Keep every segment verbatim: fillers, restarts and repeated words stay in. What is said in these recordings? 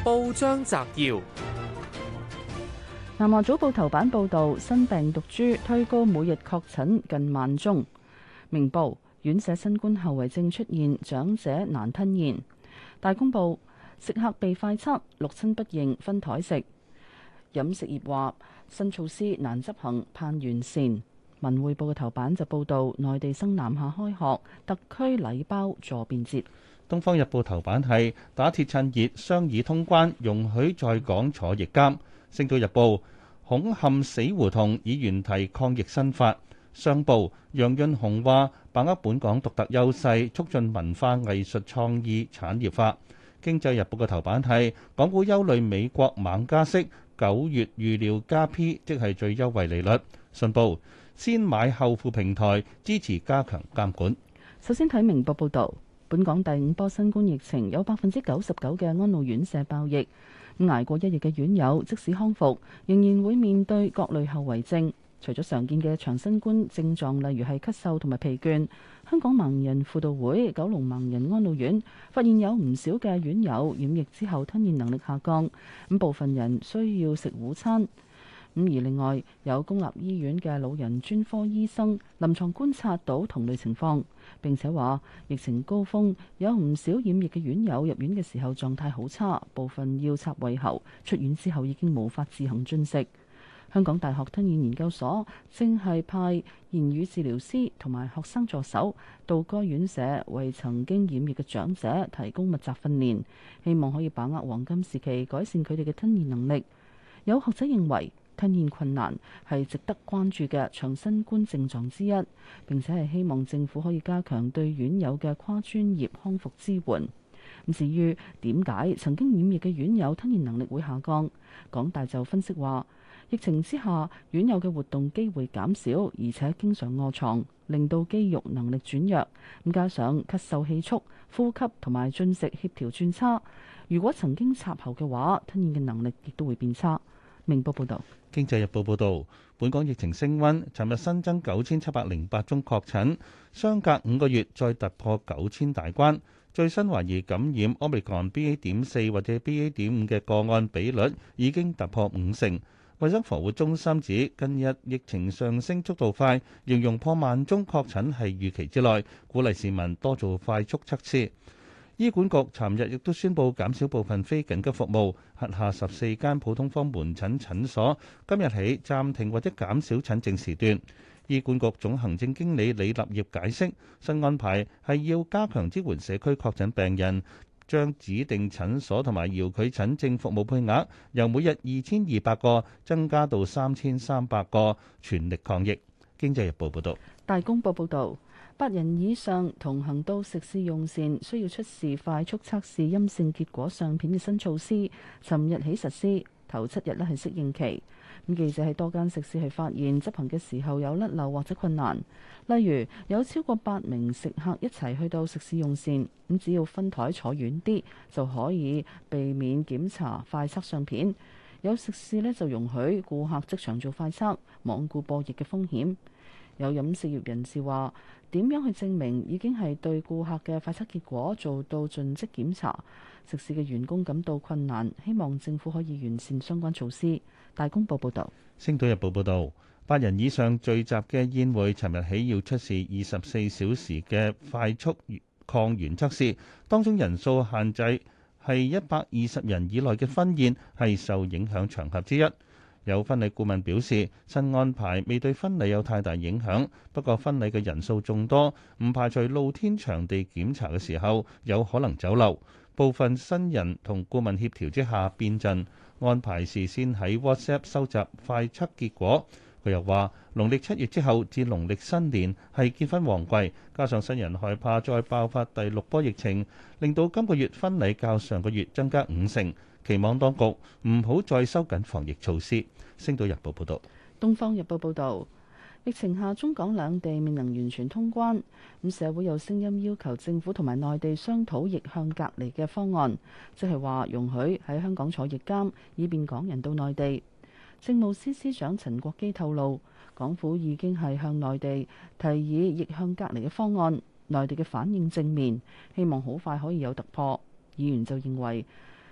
報章摘要： 南華早報頭版報導，新病毒株推高每日確診近萬宗。明報，院舍新冠後遺症出現，長者難吞嚥。大公報，食客被快測，六親不認分枱食。飲食業話，新措施難執行，盼完善。文匯報嘅頭版就報導，內地生南下開學，特區禮包助便捷。 《東方日報》頭版係打鐵趁熱，商議通關，容許在港坐疫監。《星島日報》恐陷死胡同，議員提抗疫新法。商報楊潤雄話：把握本港獨特優勢，促進文化藝術創意產業化。《經濟日報》嘅頭版係港股憂慮美國猛加息，九月預料加 P， 即係最優惠利率。信報先買後付平台，支持加強監管。 首先睇明報報導。本港第五波新冠疫情有百分之九十九嘅安老院舍爆疫，咁捱過一日嘅院友即使康復，仍然會面對各類後遺症。除咗常見嘅長新冠症狀，例如係咳嗽同埋疲倦，香港盲人輔導會九龍盲人安老院發現有唔少嘅院友染疫之後吞嚥能力下降，咁部分人需要食午餐。咁而另外有公立醫院嘅老人專科醫生臨床觀察到同類情況，並且話疫情高峰有唔少染疫嘅院友入院嘅時候狀態好差，部分要插胃喉，出院之後已經無法自行進食。香港大學吞嚥研究所正係派言語治療師同埋學生助手到該院舍為曾經染疫嘅長者提供密集訓練，希望可以把握黃金時期改善佢哋嘅吞嚥能力。有學者認為吞嚥困難係值得關注嘅長新冠症狀之一，並且係希望政府可以加強對院友嘅跨專業康復支援。咁至於點解曾經染疫嘅院友吞嚥能力會下降，港大就分析話，疫情之下院友嘅活動機會減少，而且經常臥床，令到肌肉能力轉弱。咁加上咳嗽氣促、呼吸同埋進食協調轉差，如果曾經插喉嘅話，吞嚥嘅能力亦都會變差。明報報導。 《經濟日報》報導，本港疫情升溫，尋日新增九千七百零八宗確診，相隔五個月再突破九千大關。最新懷疑感染 Omicron B A 點四或者 B A 點五嘅個案比率已經突破五成。衛生防護中心指近日疫情上升速度快，形容破萬宗確診係預期之內，鼓勵市民多做快速測試。醫管局尋日亦都宣布減少部分非緊急服務，轄下十四間普通科門診診所今日起暫停或者減少診症時段。醫管局總行政經理李立業解釋，新安排係要加強支援社區確診病人，將指定診所同埋遙距診症服務配額由每日二千二百個增加到三千三百個，全力抗疫。經濟日報報導。 大公報報導。八人以上同行到食肆用膳需要出示快速測試陰性結果相片嘅新措施，尋日起實施，頭七日咧係適應期。咁記者喺多間食肆係發現執行嘅時候有甩漏或者困難，例如有超過八名食客一齊去到食肆用膳，咁只要分枱坐遠啲就可以避免檢查快測相片。有食肆咧就容許顧客即場做快測，罔顧播疫嘅風險。有飲食業人士話：點樣去證明已經係對顧客嘅快測結果做到盡職檢查？食肆嘅員工感到困難，希望政府可以完善相關措施。大公報報導。 《星島日報》報導，八人以上聚集嘅宴會，尋日起要出示二十四小時嘅快速抗原測試，當中人數限制係一百二十人以內嘅婚宴係受影響場合之一。有婚禮顧問表示，新安排未對婚禮有太大影響，不過婚禮嘅人數眾多，唔排除露天場地檢查嘅時候有可能走漏。部分新人同顧問協調之下變陣，安排事先喺 WhatsApp 收集快測結果。佢又話，農曆七月之後至農曆新年係結婚旺季，加上新人害怕再爆發第六波疫情，令到今個月婚禮較上個月增加五成。期望當局唔好再收緊防疫措施。星島日報報道。 東方日報報道，疫情下中港兩地未能完全通關，咁社會有聲音要求政府同埋內地商討逆向隔離嘅方案，即係話容許喺香港坐疫監，以便港人到內地。政務司司長陳國基透露，港府已經係向內地提議逆向隔離嘅方案，內地嘅反應正面，希望好快可以有突破。議員就認為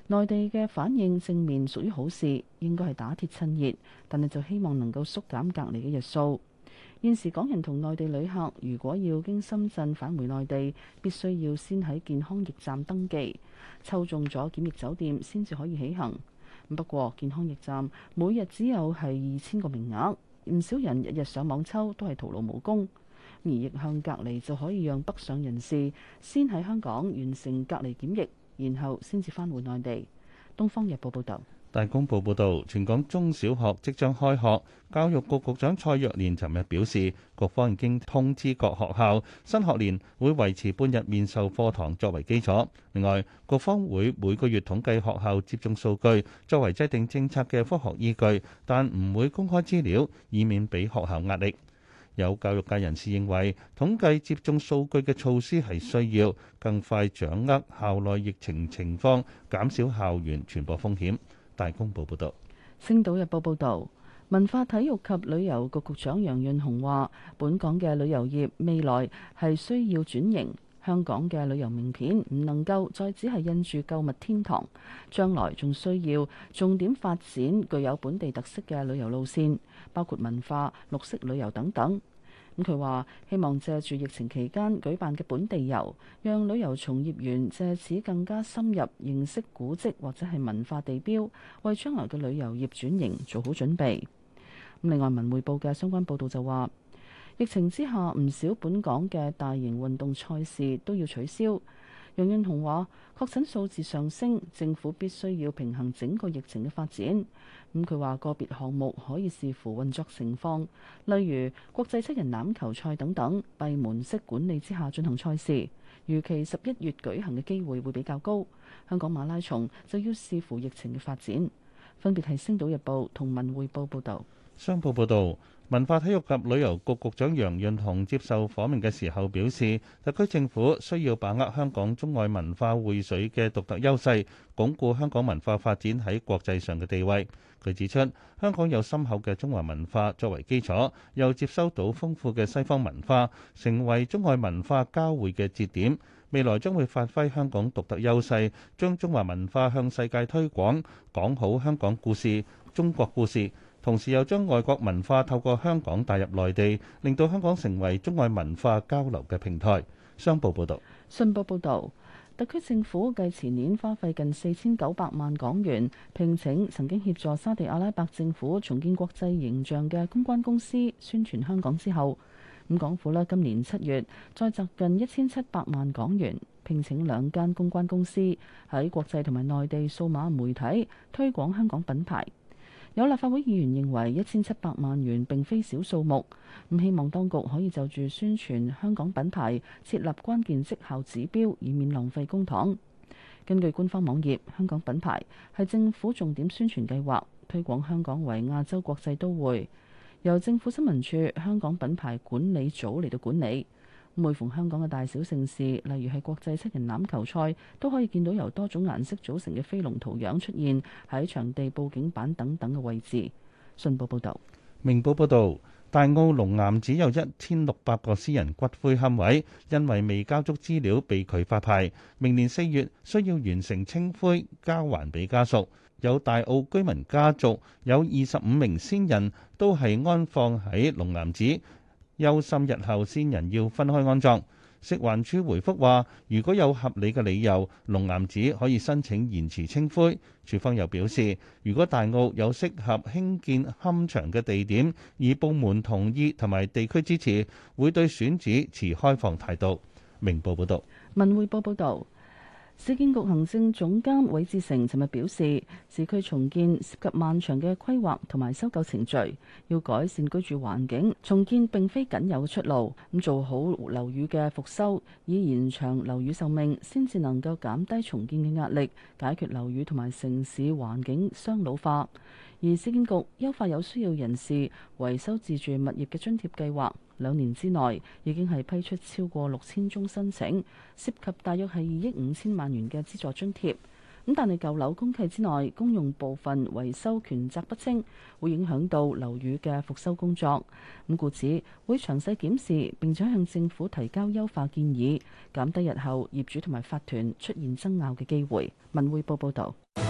內地嘅反應正面屬於好事，應該係打鐵趁熱，但係就希望能夠縮減隔離嘅日數。現時港人同內地旅客如果要經深圳返回內地，必須要先喺健康驛站登記，抽中咗檢疫酒店先至可以起行。不過健康驛站每日只有係二千個名額，唔少人日日上網抽都係徒勞無功。而逆向隔離就可以讓北上人士先喺香港完成隔離檢疫，然後先至返回內地。《東方日報》報道。 大公報報導，全港中小學即將開學，教育局局長蔡若蓮尋日表示，局方已經通知各學校，新學年會維持半日面授課堂作為基礎。另外，局方會每個月統計學校接種數據，作為制定政策嘅科學依據，但唔會公開資料，以免俾學校壓力。有教育界人士認為，統計接種數據嘅措施係需要更快掌握校內疫情情況，減少校園傳播風險。大公報報導。 《星島日報》報導，文化體育及旅遊局局長楊潤雄話，本港嘅旅遊業未來係需要轉型，香港嘅旅遊名片唔能夠再只係印住購物天堂，將來仲需要重點發展具有本地特色嘅旅遊路線，包括文化、綠色旅遊等等。咁佢話希望借住疫情期間舉辦嘅本地遊，讓旅遊從業員借此更加深入認識古蹟或者係文化地標，為將來嘅旅遊業轉型做好準備。另外，文匯報嘅相關報導就話，疫情之下唔少本港嘅大型運動賽事都要取消。楊潤雄話：確診數字上升，政府必須要平衡整個疫情嘅發展。咁佢話個別項目可以視乎運作情況，例如國際七人欖球賽等等，閉門式管理之下進行賽事，預期十一月舉行嘅機會會比較高。香港馬拉松就要視乎疫情嘅發展。分別係《星島日報》同《文匯報》報導。 商報報導。文化體育及旅遊局局長楊潤雄接受訪問嘅時候表示，特區政府需要把握香港中外文化匯水嘅獨特優勢，鞏固香港文化發展喺國際上嘅地位。佢指出，香港有深厚嘅中華文化作為基礎，又接收到豐富嘅西方文化，成為中外文化交匯嘅節點。未來將會發揮香港獨特優勢，將中華文化向世界推廣，講好香港故事、中國故事。同時又將外國文化透過香港帶入內地，令到香港成為中外文化交流嘅平台。商報報導。 信報報導，特區政府繼前年花費近四千九百萬港元聘請曾經協助沙地阿拉伯政府重建國際形象嘅公關公司宣傳香港之後，咁港府呢今年七月再集近一千七百萬港元聘請兩間公關公司喺國際同埋內地數碼媒體推廣香港品牌。有立法會議員認為一千七百萬元並非小數目，咁希望當局可以就住宣傳香港品牌設立關鍵績效指標，以免浪費公帑。根據官方網頁，香港品牌係政府重點宣傳計劃，推廣香港為亞洲國際都會，由政府新聞處香港品牌管理組嚟到管理。每逢香港嘅大小盛事，例如係國際七人欖球賽，都可以見到由多種顏色組成嘅飛龍圖樣出現喺場地佈景板等等嘅位置。信報報導。 明報報導，大澳龍岩寺有一千六百個私人骨灰龕位，因為未交足資料被拒發牌，明年四月需要完成清灰交還俾家屬。有大澳居民家族有二十五名先人都係安放喺龍岩寺，憂心日後先人要分開安葬。食環署回覆話，如果有合理嘅理由，龍岩寺可以申請延遲清灰。署方又表示，如果大澳有適合興建龕場嘅地點，而部門同意同埋地區支持，會對選址持開放態度。明報報道。 文匯報報道。市建局行政總監韋志成尋日表示，市區重建涉及漫長嘅規劃同埋收購程序，要改善居住環境，重建並非僅有嘅出路。咁做好樓宇嘅復修，以延長樓宇壽命，先至能夠減低重建嘅壓力，解決樓宇同埋城市環境雙老化。而市建局優化有需要人士維修自住物業嘅津貼計劃，兩年之內已經係批出超過六千宗申請，涉及大約係二億五千萬元嘅資助津貼。咁但係舊樓公契之內公用部分維修權責不清，會影響到樓宇嘅復修工作。咁故此會詳細檢視，並且向政府提交優化建議，減低日後業主同埋法團出現爭拗嘅機會。文匯報報導。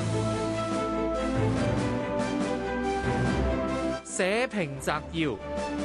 社評摘要。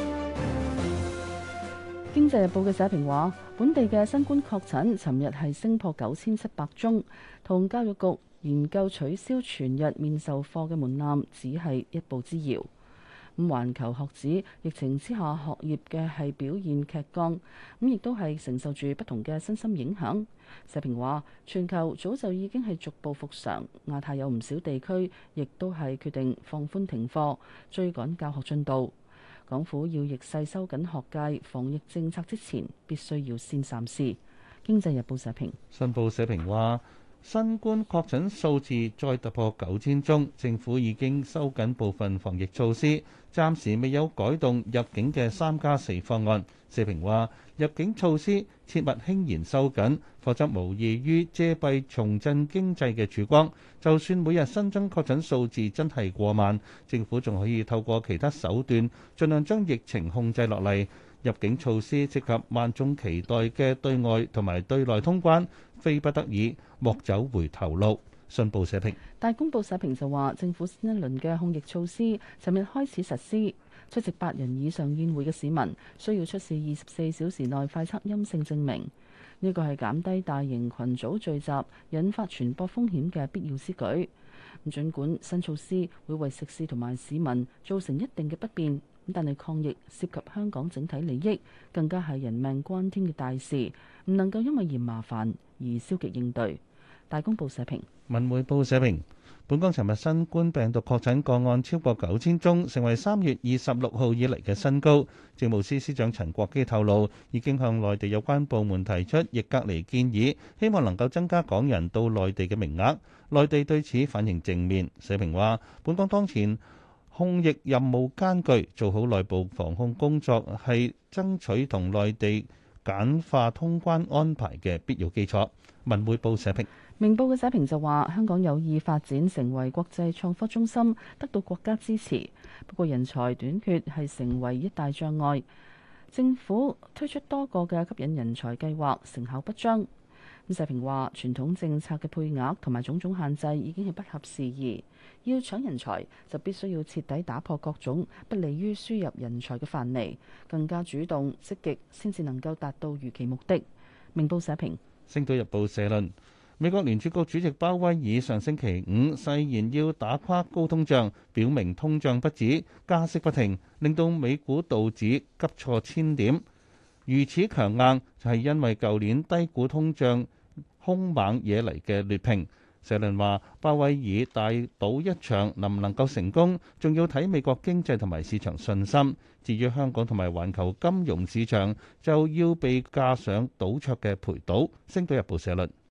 經濟日報嘅社評話，本地嘅新冠確診尋日係升破九千七百宗，同教育局研究取消全日面授課嘅門檻只係一步之遙。咁環球學指疫情之下學業嘅係表現劇降，咁亦都係承受住不同嘅身心影響。社評話，全球早就已經係逐步復常，亞太有唔少地區亦都係決定放寬停課，追趕教學進度。港府要逆勢收緊學界防疫政策之前，必須要先三思。經濟日報社評。 信報社評話，新冠確診數字再突破九千宗，政府已經收緊部分防疫措施，暫時未有改動入境嘅三加四方案。社評話，入境措施切勿輕言收緊，否則無異於遮蔽重振經濟嘅曙光。就算每日新增確診數字真係過萬，政府仲可以透過其他手段，盡量將疫情控制落嚟。入境措施涉及萬眾期待嘅對外同埋對內通關，非不得已莫走回頭路。信報社評。 大公報社評就話，政府新一輪嘅控疫措施尋日開始實施，出席八人以上宴會嘅市民需要出示二十四小時內快測陰性證明，呢個係減低大型群組聚集引發傳播風險嘅必要之舉。咁儘管新措施會為食肆同埋市民造成一定嘅不便，但係抗疫涉及香港整體利益，更加係人命關天嘅大事，唔能夠因為嫌麻煩而消極應對。大公報社評。 文匯報社評，本港尋日新冠病毒確診個案超過九千宗，成為三月二十六號以嚟嘅新高。政務司司長陳國基透露，已經向內地有關部門提出逆隔離建議，希望能夠增加港人到內地嘅名額。內地對此反應正面。社評話，本港當前控疫任務艱巨，做好內部防控工作係爭取同內地簡化通關安排嘅必要基礎。文匯報社評。 明報嘅社評就話，香港有意發展成為國際創科中心，得到國家支持。不過人才短缺係成為一大障礙，政府推出多個嘅吸引人才計劃，成效不彰。咁社評話，傳統政策嘅配額同埋種種限制已經係不合時宜，要搶人才就必須要徹底打破各種不利於輸入人才嘅藩籬，更加主動積極，先至能夠達到預期目的。明報社評。 星島日報社論。美國聯儲局主席鮑威爾上星期五誓言要打垮高通脹，表明通脹不止，加息不停，令到美股道指急挫千點。如此強硬就係因為舊年低估通脹兇猛惹嚟嘅劣評。社論話，鮑威爾大賭一場能唔能夠成功，仲要睇美國經濟同埋市場信心。至於香港同埋環球金融市場，就要被加上賭桌嘅陪賭。星島日報社論。